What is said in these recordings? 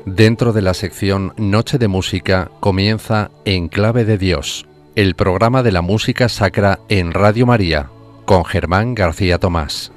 Dentro de la sección Noche de Música comienza En Clave de Dios, el programa de la música sacra en Radio María, con Germán García Tomás.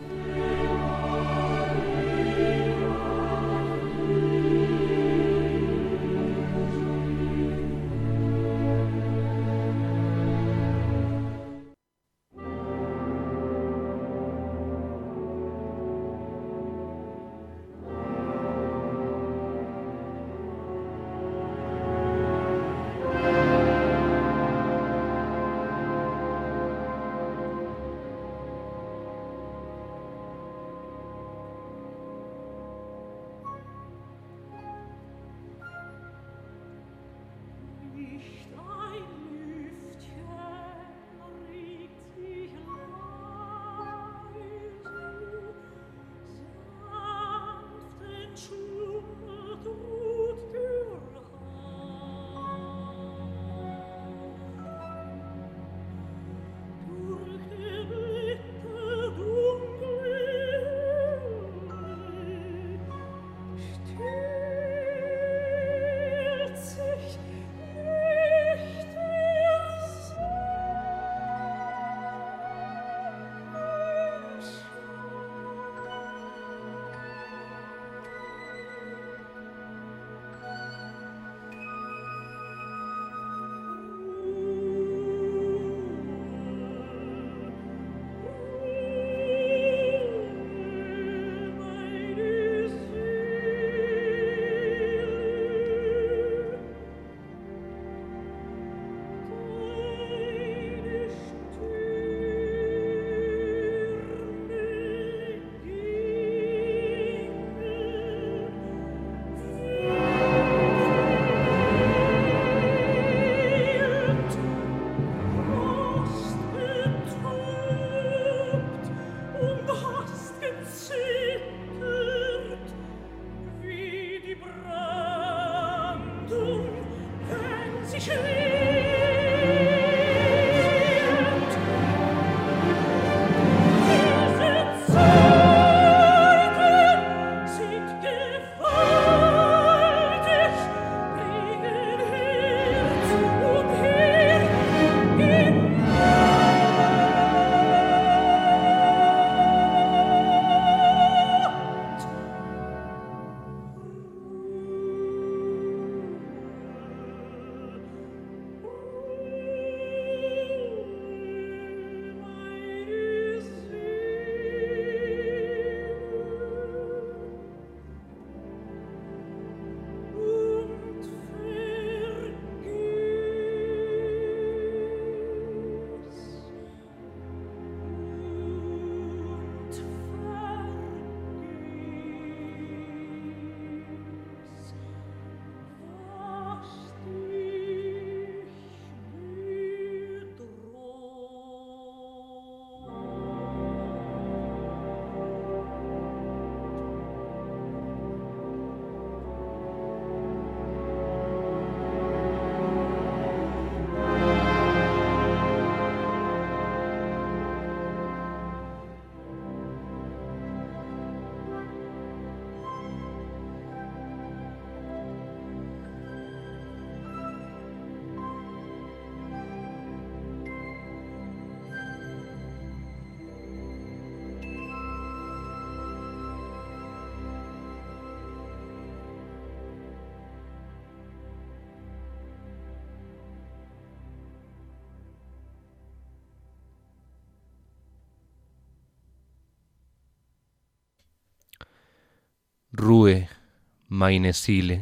Rue, Mainesile.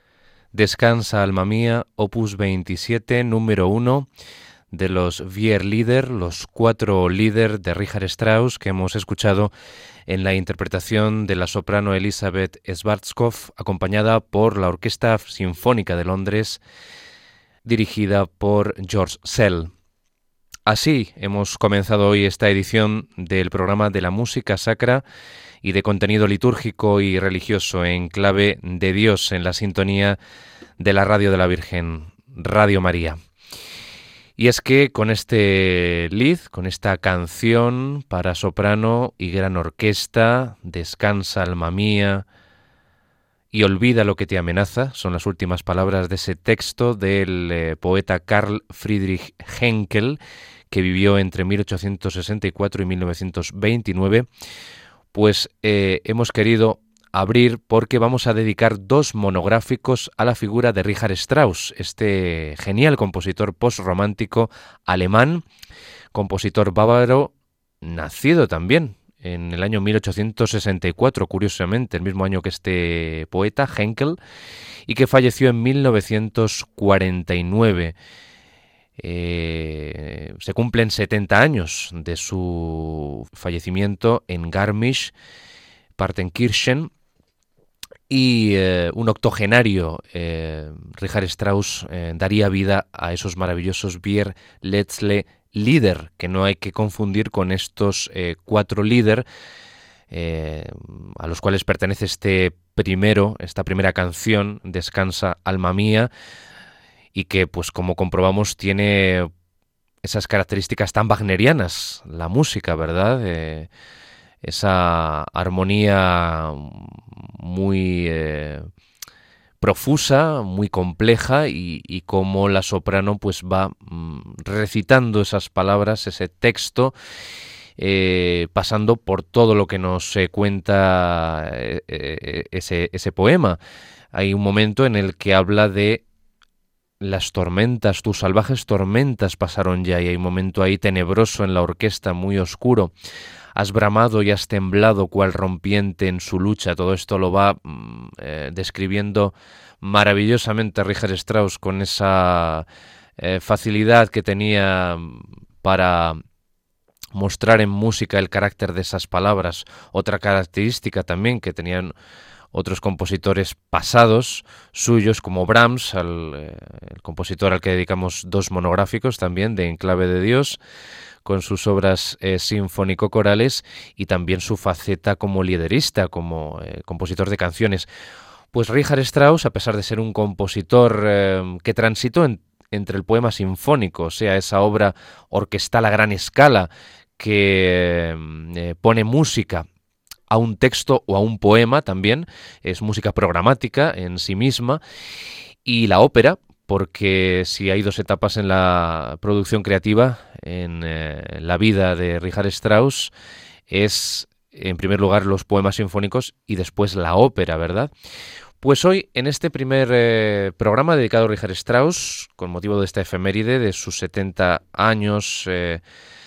Descansa, alma mía, opus 27, número 1, de los Vier Lieder, los 4 Lieder de Richard Strauss, que hemos escuchado en la interpretación de la soprano Elisabeth Schwarzkopf, acompañada por la Orquesta Sinfónica de Londres, dirigida por George Szell. Así hemos comenzado hoy esta edición del programa de la música sacra y de contenido litúrgico y religioso en clave de Dios, en la sintonía de la Radio de la Virgen, Radio María. Y es que con este lied, con esta canción para soprano y gran orquesta, Descansa, alma mía, y olvida lo que te amenaza. Son las últimas palabras de ese texto del poeta Karl Friedrich Henkel, que vivió entre 1864 y 1929. Pues hemos querido abrir porque vamos a dedicar 2 monográficos a la figura de Richard Strauss, este genial compositor postromántico alemán, compositor bávaro, nacido también en el año 1864, curiosamente, el mismo año que este poeta, Henkel, y que falleció en 1949. Se cumplen 70 años de su fallecimiento en Garmisch, Partenkirchen, y un octogenario, Richard Strauss, daría vida a esos maravillosos Vier letzte Lieder, que no hay que confundir con estos 4 Lieder a los cuales pertenece esta primera canción, Descansa, alma mía, y que, pues como comprobamos, tiene esas características tan wagnerianas, la música, ¿verdad? Esa armonía muy profusa, muy compleja, y cómo la soprano pues va recitando esas palabras, ese texto, pasando por todo lo que nos cuenta ese poema. Hay un momento en el que habla de las tormentas, tus salvajes tormentas pasaron ya, y hay un momento ahí tenebroso en la orquesta, muy oscuro. Has bramado y has temblado cual rompiente en su lucha. Todo esto lo va describiendo maravillosamente Richard Strauss, con esa facilidad que tenía para mostrar en música el carácter de esas palabras. Otra característica también que tenían otros compositores pasados suyos, como Brahms, el compositor al que dedicamos 2 monográficos también, de En clave de Dios, con sus obras sinfónico-corales, y también su faceta como liederista, como compositor de canciones. Pues Richard Strauss, a pesar de ser un compositor que transitó entre el poema sinfónico, o sea, esa obra orquestal a gran escala que pone música a un texto o a un poema, también es música programática en sí misma, y la ópera, porque si hay 2 etapas en la producción creativa, en la vida de Richard Strauss, es en primer lugar los poemas sinfónicos y después la ópera, ¿verdad? Pues hoy, en este primer programa dedicado a Richard Strauss, con motivo de esta efeméride de sus 70 años de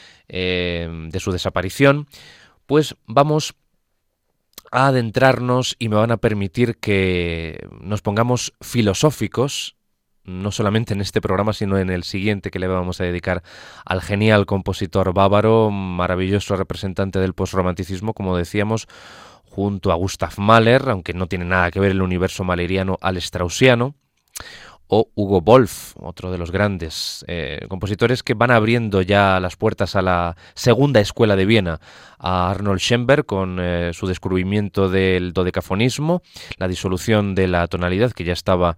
su desaparición, pues vamos a adentrarnos, y me van a permitir que nos pongamos filosóficos, no solamente en este programa, sino en el siguiente que le vamos a dedicar al genial compositor bávaro, maravilloso representante del postromanticismo, como decíamos, junto a Gustav Mahler, aunque no tiene nada que ver el universo mahleriano al straussiano, o Hugo Wolf, otro de los grandes compositores que van abriendo ya las puertas a la segunda escuela de Viena, a Arnold Schoenberg con su descubrimiento del dodecafonismo, la disolución de la tonalidad que ya estaba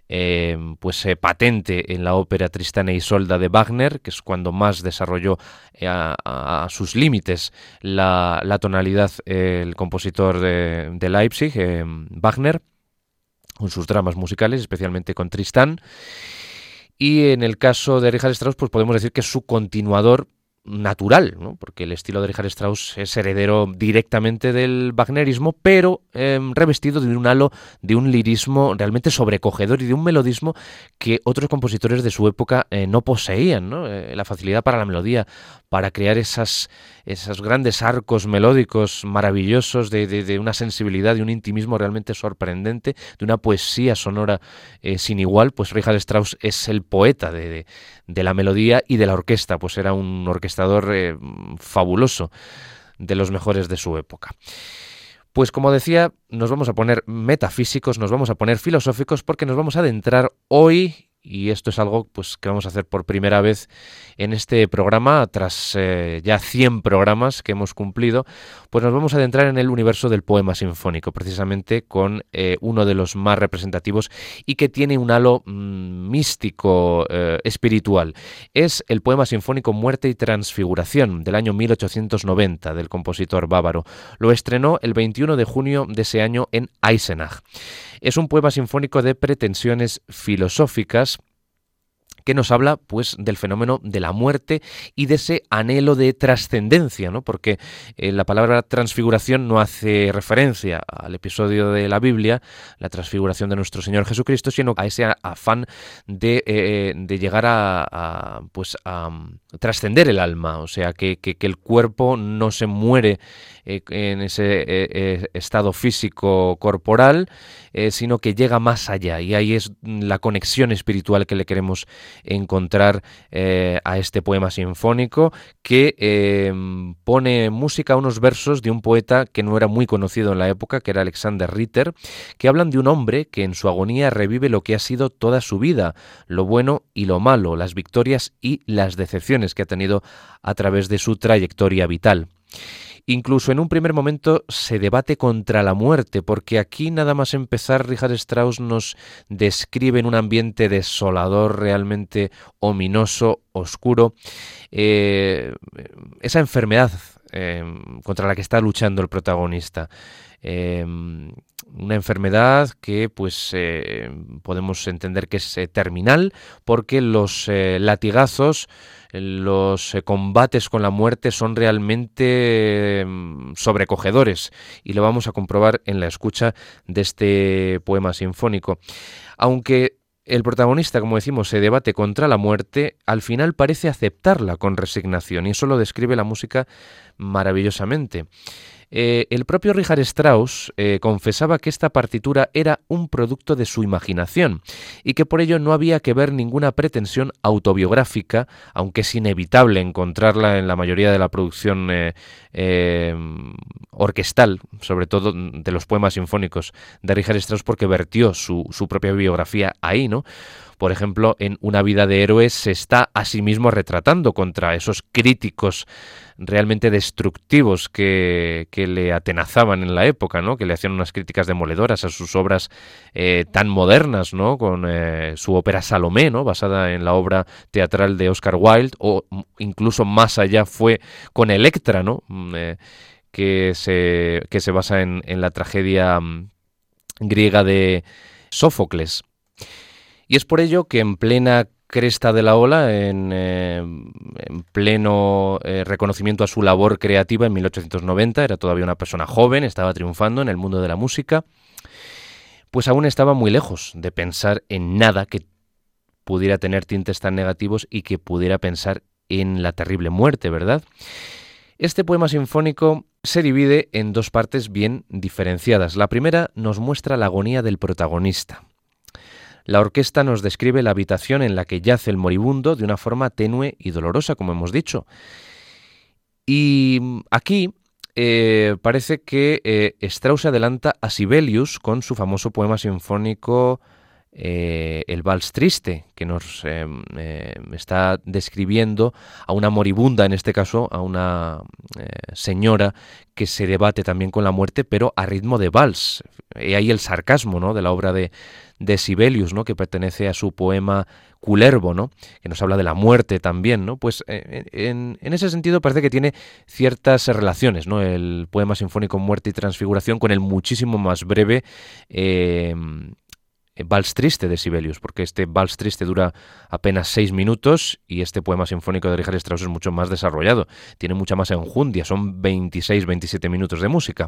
patente en la ópera Tristán e Isolda de Wagner, que es cuando más desarrolló a sus límites la tonalidad el compositor de Leipzig, Wagner, con sus dramas musicales, especialmente con Tristán. Y en el caso de Richard Strauss, pues podemos decir que es su continuador natural, ¿no? Porque el estilo de Richard Strauss es heredero directamente del wagnerismo, pero revestido de un halo de un lirismo realmente sobrecogedor y de un melodismo que otros compositores de su época no poseían, ¿no? La facilidad para la melodía, para crear esos grandes arcos melódicos maravillosos de una sensibilidad, de un intimismo realmente sorprendente, de una poesía sonora sin igual. Pues Richard Strauss es el poeta de la melodía y de la orquesta, pues era un orquestador fabuloso, de los mejores de su época. Pues como decía, nos vamos a poner metafísicos, nos vamos a poner filosóficos, porque nos vamos a adentrar hoy y esto es algo pues que vamos a hacer por primera vez en este programa, tras ya 100 programas que hemos cumplido, pues nos vamos a adentrar en el universo del poema sinfónico, precisamente con uno de los más representativos y que tiene un halo místico, espiritual. Es el poema sinfónico Muerte y Transfiguración, del año 1890, del compositor bávaro. Lo estrenó el 21 de junio de ese año en Eisenach. Es un poema sinfónico de pretensiones filosóficas que nos habla pues del fenómeno de la muerte y de ese anhelo de trascendencia, ¿no? Porque la palabra transfiguración no hace referencia al episodio de la Biblia, la transfiguración de nuestro Señor Jesucristo, sino a ese afán de llegar a trascender el alma, o sea, que el cuerpo no se muere en ese estado físico corporal, sino que llega más allá, y ahí es la conexión espiritual que le queremos encontrar a este poema sinfónico, que pone música a unos versos de un poeta que no era muy conocido en la época, que era Alexander Ritter, que hablan de un hombre que en su agonía revive lo que ha sido toda su vida, lo bueno y lo malo, las victorias y las decepciones que ha tenido a través de su trayectoria vital. Incluso en un primer momento se debate contra la muerte, porque aquí nada más empezar Richard Strauss nos describe en un ambiente desolador, realmente ominoso, oscuro, esa enfermedad contra la que está luchando el protagonista. Una enfermedad que pues podemos entender que es terminal, porque los latigazos, los combates con la muerte son realmente sobrecogedores, y lo vamos a comprobar en la escucha de este poema sinfónico. Aunque el protagonista, como decimos, se debate contra la muerte, al final parece aceptarla con resignación, y eso lo describe la música maravillosamente. El propio Richard Strauss confesaba que esta partitura era un producto de su imaginación y que por ello no había que ver ninguna pretensión autobiográfica, aunque es inevitable encontrarla en la mayoría de la producción orquestal, sobre todo de los poemas sinfónicos de Richard Strauss, porque vertió su propia biografía ahí, ¿no? Por ejemplo, en Una vida de héroes se está a sí mismo retratando contra esos críticos realmente destructivos que le atenazaban en la época, ¿no? Que le hacían unas críticas demoledoras a sus obras tan modernas, ¿no? Con su ópera Salomé, ¿no? Basada en la obra teatral de Oscar Wilde, o incluso más allá fue con Electra, ¿no? Que se basa en la tragedia griega de Sófocles. Y es por ello que en plena cresta de la ola, en pleno reconocimiento a su labor creativa en 1890, era todavía una persona joven, estaba triunfando en el mundo de la música, pues aún estaba muy lejos de pensar en nada que pudiera tener tintes tan negativos y que pudiera pensar en la terrible muerte, ¿verdad? Este poema sinfónico se divide en dos partes bien diferenciadas. La primera nos muestra la agonía del protagonista. La orquesta nos describe la habitación en la que yace el moribundo de una forma tenue y dolorosa, como hemos dicho. Y aquí parece que Strauss adelanta a Sibelius con su famoso poema sinfónico El Vals Triste, que nos está describiendo a una moribunda, en este caso a una señora que se debate también con la muerte, pero a ritmo de vals. Y ahí el sarcasmo, ¿no?, de la obra de Sibelius, ¿no?, que pertenece a su poema Culervo, ¿no?, que nos habla de la muerte también, ¿no? Pues en ese sentido parece que tiene ciertas relaciones, ¿no?, el poema sinfónico Muerte y Transfiguración con el muchísimo más breve Vals Triste de Sibelius, porque este Vals Triste dura apenas 6 minutos y este poema sinfónico de Richard Strauss es mucho más desarrollado, tiene mucha más enjundia, son 26-27 minutos de música.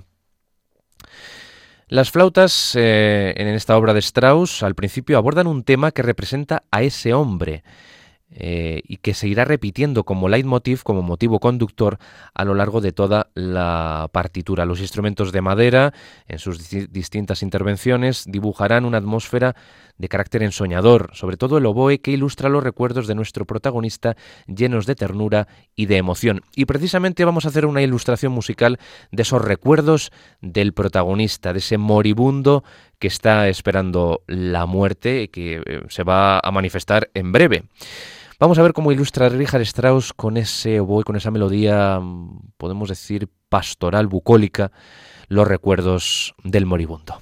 Las flautas en esta obra de Strauss al principio abordan un tema que representa a ese hombre y que se irá repitiendo como leitmotiv, como motivo conductor a lo largo de toda la partitura. Los instrumentos de madera, en sus distintas intervenciones, dibujarán una atmósfera de carácter ensoñador, sobre todo el oboe, que ilustra los recuerdos de nuestro protagonista llenos de ternura y de emoción. Y precisamente vamos a hacer una ilustración musical de esos recuerdos del protagonista, de ese moribundo que está esperando la muerte y que se va a manifestar en breve. Vamos a ver cómo ilustra Richard Strauss con ese oboe, con esa melodía, podemos decir, pastoral, bucólica, los recuerdos del moribundo.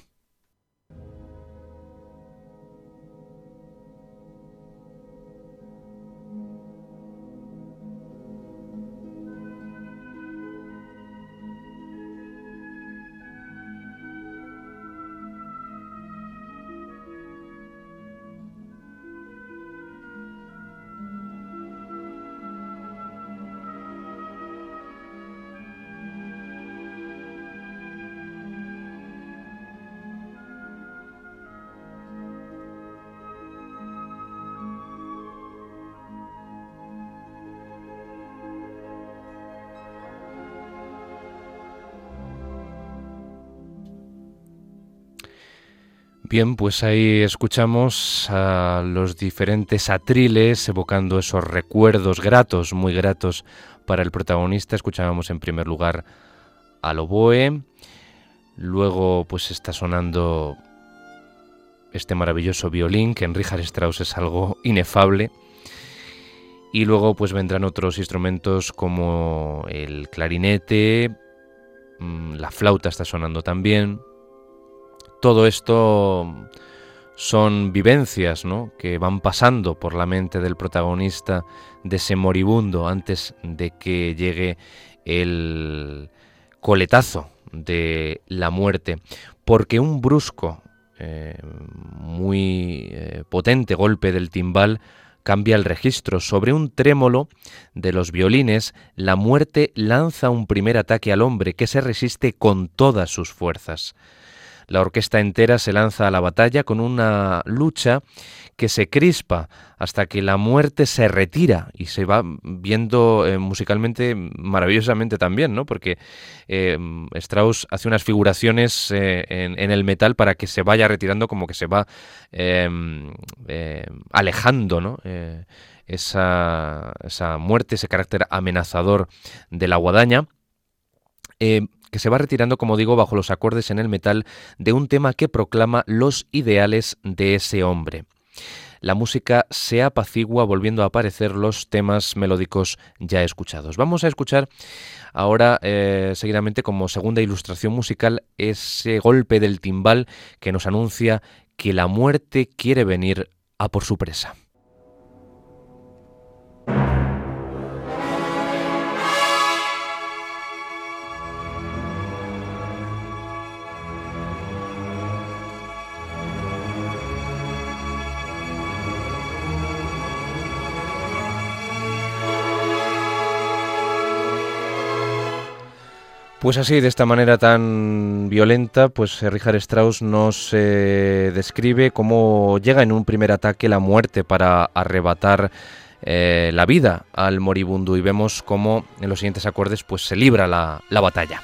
Bien, pues ahí escuchamos a los diferentes atriles evocando esos recuerdos gratos, muy gratos para el protagonista. Escuchábamos en primer lugar al oboe, luego pues está sonando este maravilloso violín que en Richard Strauss es algo inefable, y luego pues vendrán otros instrumentos como el clarinete, la flauta está sonando también. Todo esto son vivencias, ¿no?, que van pasando por la mente del protagonista, de ese moribundo, antes de que llegue el coletazo de la muerte. Porque un brusco, muy potente golpe del timbal cambia el registro. Sobre un trémolo de los violines, la muerte lanza un primer ataque al hombre, que se resiste con todas sus fuerzas. La orquesta entera se lanza a la batalla con una lucha que se crispa hasta que la muerte se retira y se va viendo musicalmente maravillosamente también, ¿no? Porque Strauss hace unas figuraciones en el metal para que se vaya retirando, como que se va alejando, ¿no? Esa muerte, ese carácter amenazador de la guadaña. Que se va retirando, como digo, bajo los acordes en el metal de un tema que proclama los ideales de ese hombre. La música se apacigua volviendo a aparecer los temas melódicos ya escuchados. Vamos a escuchar ahora, seguidamente, como segunda ilustración musical, ese golpe del timbal que nos anuncia que la muerte quiere venir a por su presa. Pues así, de esta manera tan violenta, pues Richard Strauss nos describe cómo llega en un primer ataque la muerte para arrebatar la vida al moribundo, y vemos cómo en los siguientes acordes pues se libra la batalla.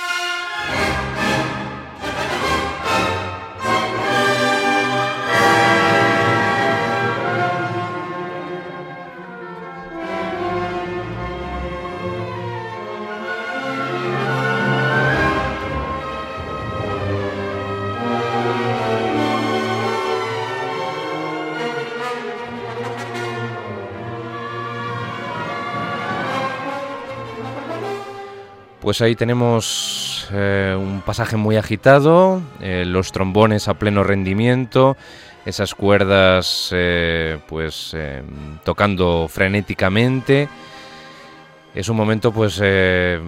Pues ahí tenemos un pasaje muy agitado, los trombones a pleno rendimiento, esas cuerdas tocando frenéticamente. Es un momento pues de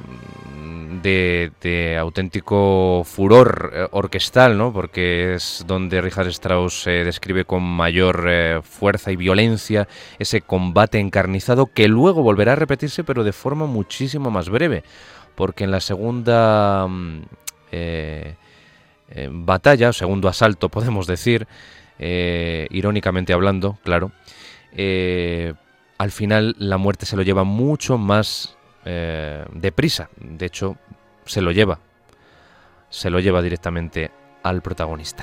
auténtico furor orquestal, ¿no? Porque es donde Richard Strauss describe con mayor fuerza y violencia ese combate encarnizado, que luego volverá a repetirse, pero de forma muchísimo más breve, porque en la segunda batalla, o segundo asalto, podemos decir, irónicamente hablando, claro, al final la muerte se lo lleva mucho más deprisa. De hecho, se lo lleva directamente al protagonista.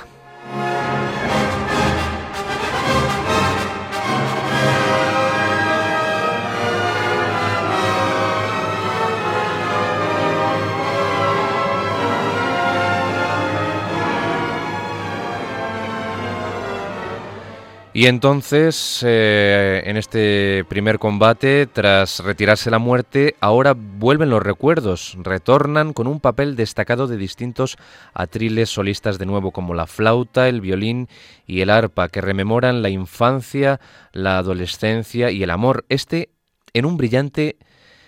Y entonces, en este primer combate, tras retirarse la muerte, ahora vuelven los recuerdos, retornan con un papel destacado de distintos atriles solistas de nuevo, como la flauta, el violín y el arpa, que rememoran la infancia, la adolescencia y el amor. En un brillante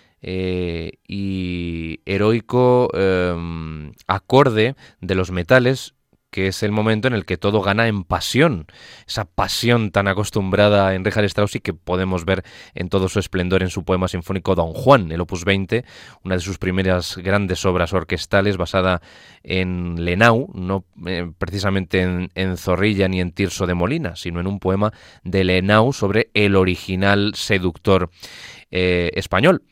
y heroico acorde de los metales, que es el momento en el que todo gana en pasión, esa pasión tan acostumbrada en Richard Strauss y que podemos ver en todo su esplendor en su poema sinfónico Don Juan, el Opus 20, una de sus primeras grandes obras orquestales basada en Lenau, no precisamente en Zorrilla ni en Tirso de Molina, sino en un poema de Lenau sobre el original seductor español.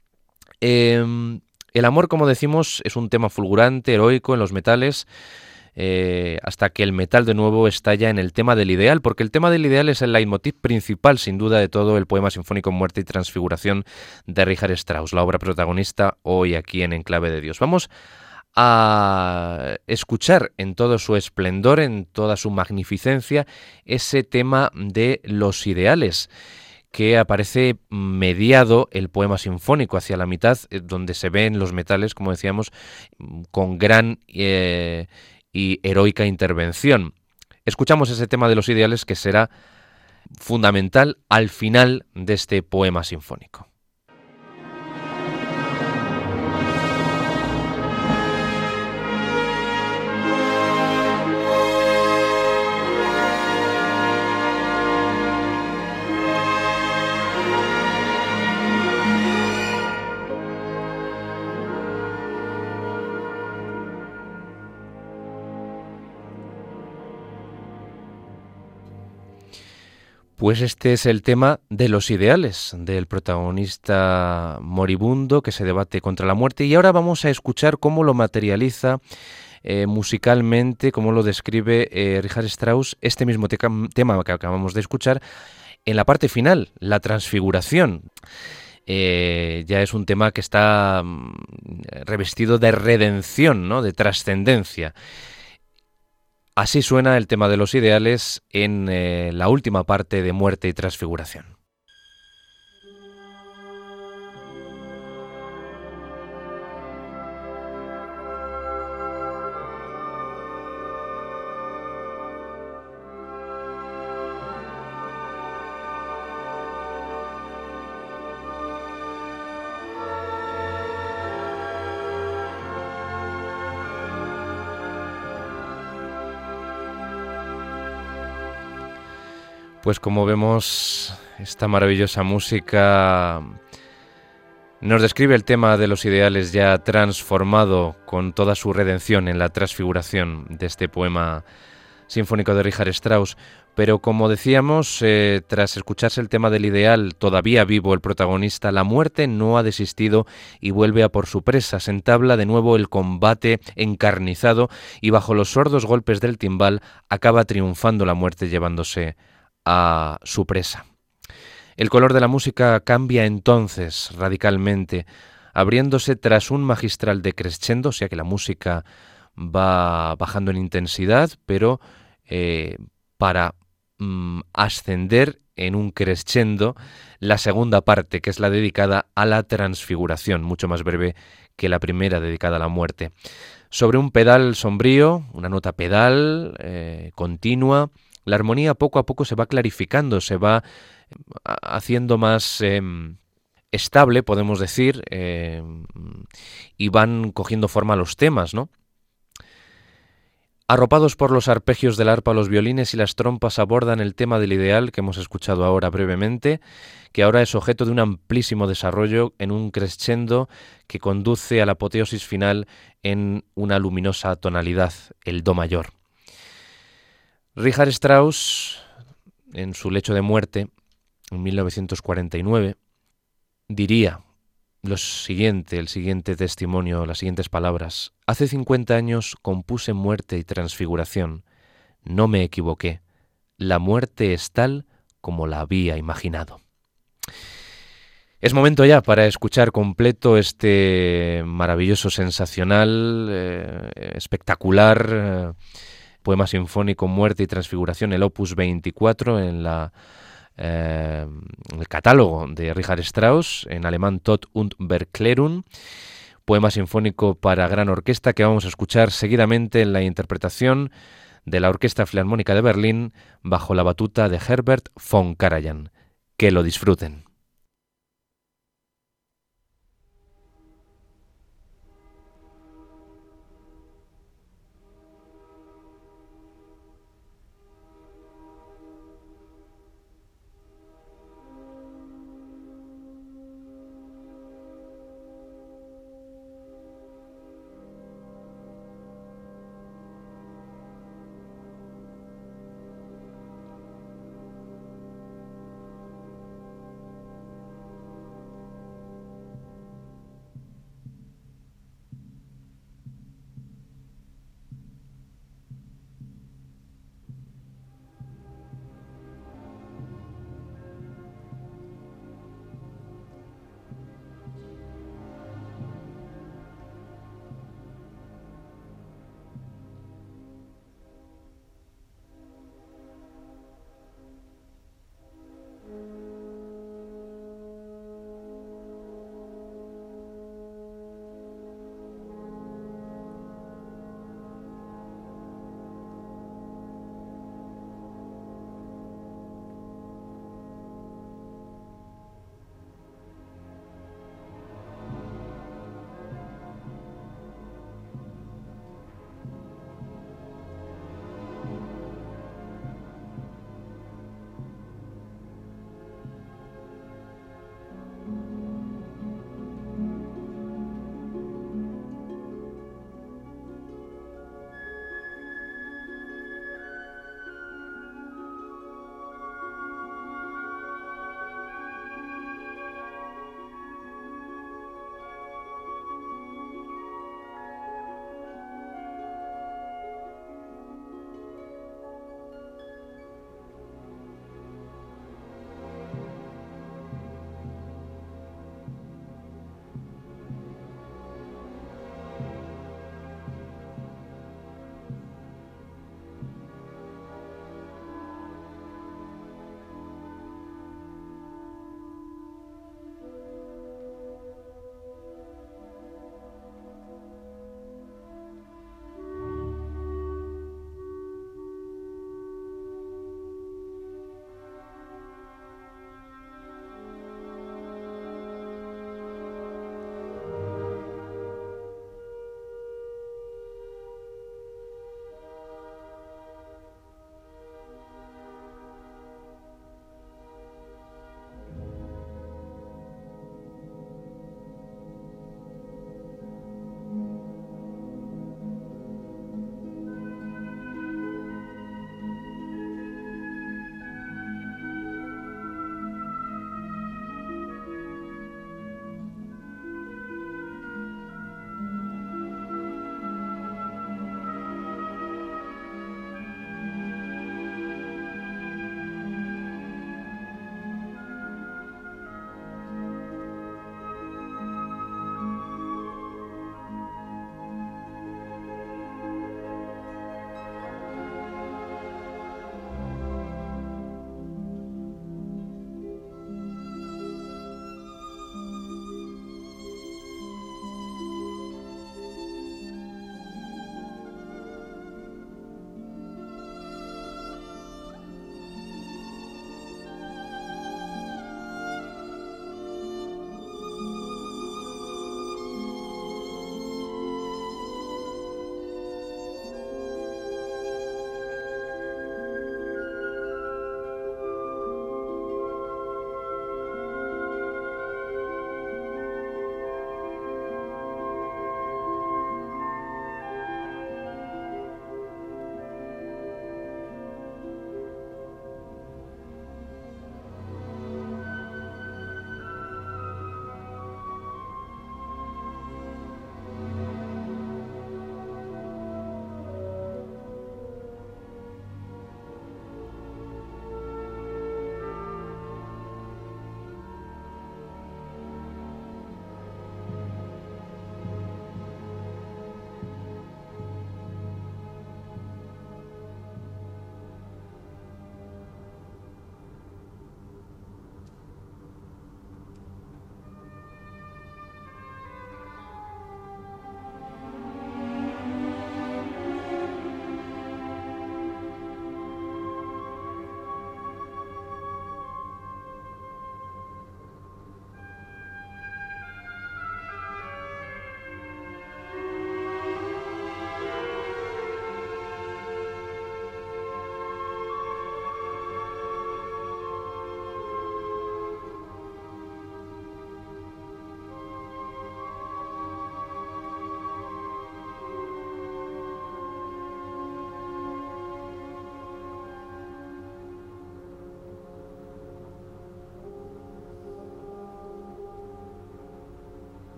El amor, como decimos, es un tema fulgurante, heroico en los metales, hasta que el metal de nuevo estalla en el tema del ideal, porque el tema del ideal es el leitmotiv principal, sin duda, de todo el poema sinfónico Muerte y Transfiguración de Richard Strauss, la obra protagonista hoy aquí en Enclave de Dios. Vamos a escuchar en todo su esplendor, en toda su magnificencia, ese tema de los ideales, que aparece mediado el poema sinfónico hacia la mitad, donde se ven los metales, como decíamos, con gran y heroica intervención. Escuchamos ese tema de los ideales que será fundamental al final de este poema sinfónico. Pues este es el tema de los ideales, del protagonista moribundo que se debate contra la muerte, y ahora vamos a escuchar cómo lo materializa musicalmente, cómo lo describe Richard Strauss, este mismo tema que acabamos de escuchar, en la parte final, la transfiguración. Ya es un tema que está revestido de redención, ¿no?, de trascendencia. Así suena el tema de los ideales en la última parte de Muerte y Transfiguración. Pues como vemos, esta maravillosa música nos describe el tema de los ideales ya transformado con toda su redención en la transfiguración de este poema sinfónico de Richard Strauss. Pero como decíamos, tras escucharse el tema del ideal, todavía vivo el protagonista, la muerte no ha desistido y vuelve a por su presa. Se entabla de nuevo el combate encarnizado y bajo los sordos golpes del timbal acaba triunfando la muerte llevándose a su presa. El color de la música cambia entonces radicalmente, abriéndose tras un magistral decrescendo, o sea que la música va bajando en intensidad, pero para ascender en un crescendo la segunda parte, que es la dedicada a la transfiguración, mucho más breve que la primera dedicada a la muerte. Sobre un pedal sombrío, una nota pedal continua, la armonía poco a poco se va clarificando, se va haciendo más estable, podemos decir, y van cogiendo forma los temas, ¿no? Arropados por los arpegios del arpa, los violines y las trompas abordan el tema del ideal que hemos escuchado ahora brevemente, que ahora es objeto de un amplísimo desarrollo en un crescendo que conduce a la apoteosis final en una luminosa tonalidad, el do mayor. Richard Strauss, en su lecho de muerte, en 1949, diría el siguiente testimonio, las siguientes palabras: hace 50 años compuse Muerte y Transfiguración. No me equivoqué. La muerte es tal como la había imaginado. Es momento ya para escuchar completo este maravilloso, sensacional, espectacular poema sinfónico Muerte y Transfiguración, el opus 24 en el catálogo de Richard Strauss, en alemán Tod und Verklärung, poema sinfónico para gran orquesta que vamos a escuchar seguidamente en la interpretación de la Orquesta Filarmónica de Berlín bajo la batuta de Herbert von Karajan. Que lo disfruten.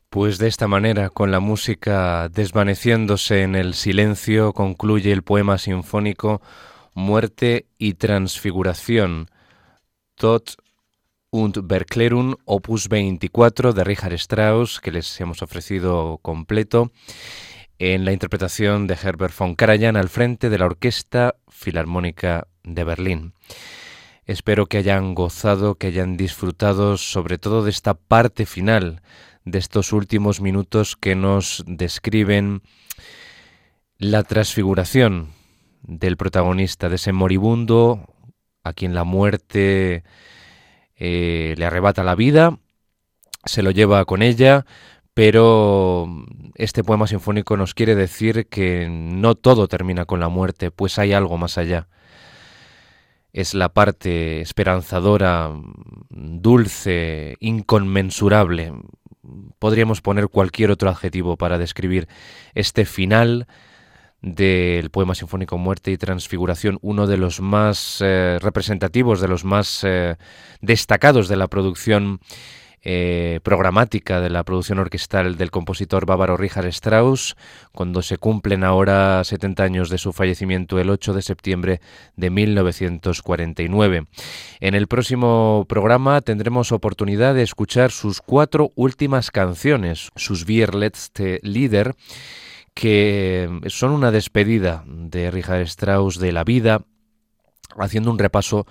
Pues de esta manera, con la música desvaneciéndose en el silencio, concluye el poema sinfónico Muerte y Transfiguración, Tod und Verklärung, opus 24 de Richard Strauss, que les hemos ofrecido completo, en la interpretación de Herbert von Karajan al frente de la Orquesta Filarmónica de Berlín. Espero que hayan gozado, que hayan disfrutado sobre todo de esta parte final, de estos últimos minutos que nos describen la transfiguración del protagonista, de ese moribundo a quien la muerte le arrebata la vida, se lo lleva con ella, pero este poema sinfónico nos quiere decir que no todo termina con la muerte, pues hay algo más allá. Es la parte esperanzadora, dulce, inconmensurable. Podríamos poner cualquier otro adjetivo para describir este final del poema sinfónico Muerte y Transfiguración, uno de los más representativos, de los más destacados de la producción programática, de la producción orquestal del compositor bávaro Richard Strauss, cuando se cumplen ahora 70 años de su fallecimiento el 8 de septiembre de 1949. En el próximo programa tendremos oportunidad de escuchar sus 4 últimas canciones, sus Vier letzte Lieder, que son una despedida de Richard Strauss de la vida, haciendo un repaso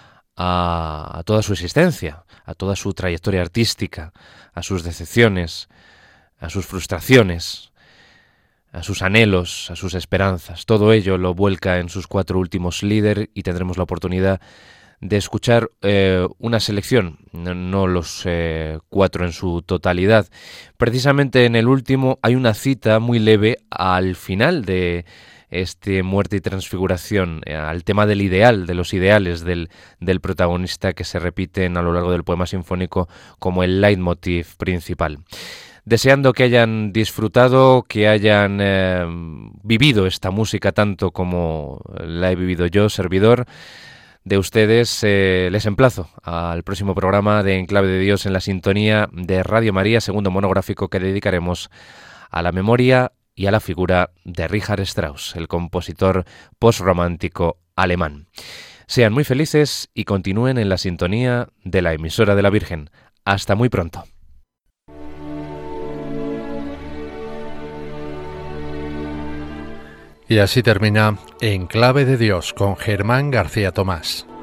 a toda su existencia, a toda su trayectoria artística, a sus decepciones, a sus frustraciones, a sus anhelos, a sus esperanzas. Todo ello lo vuelca en sus 4 últimos Lieder y tendremos la oportunidad de escuchar una selección, no los 4 en su totalidad. Precisamente en el último hay una cita muy leve al final de este Muerte y Transfiguración, al tema del ideal, de los ideales del protagonista, que se repiten a lo largo del poema sinfónico como el leitmotiv principal. Deseando que hayan disfrutado, que hayan vivido esta música tanto como la he vivido yo, servidor de ustedes, les emplazo al próximo programa de En Clave de Dios en la sintonía de Radio María, segundo monográfico que dedicaremos a la memoria y a la figura de Richard Strauss, el compositor postromántico alemán. Sean muy felices y continúen en la sintonía de la emisora de la Virgen. Hasta muy pronto. Y así termina En Clave de Dios con Germán García Tomás.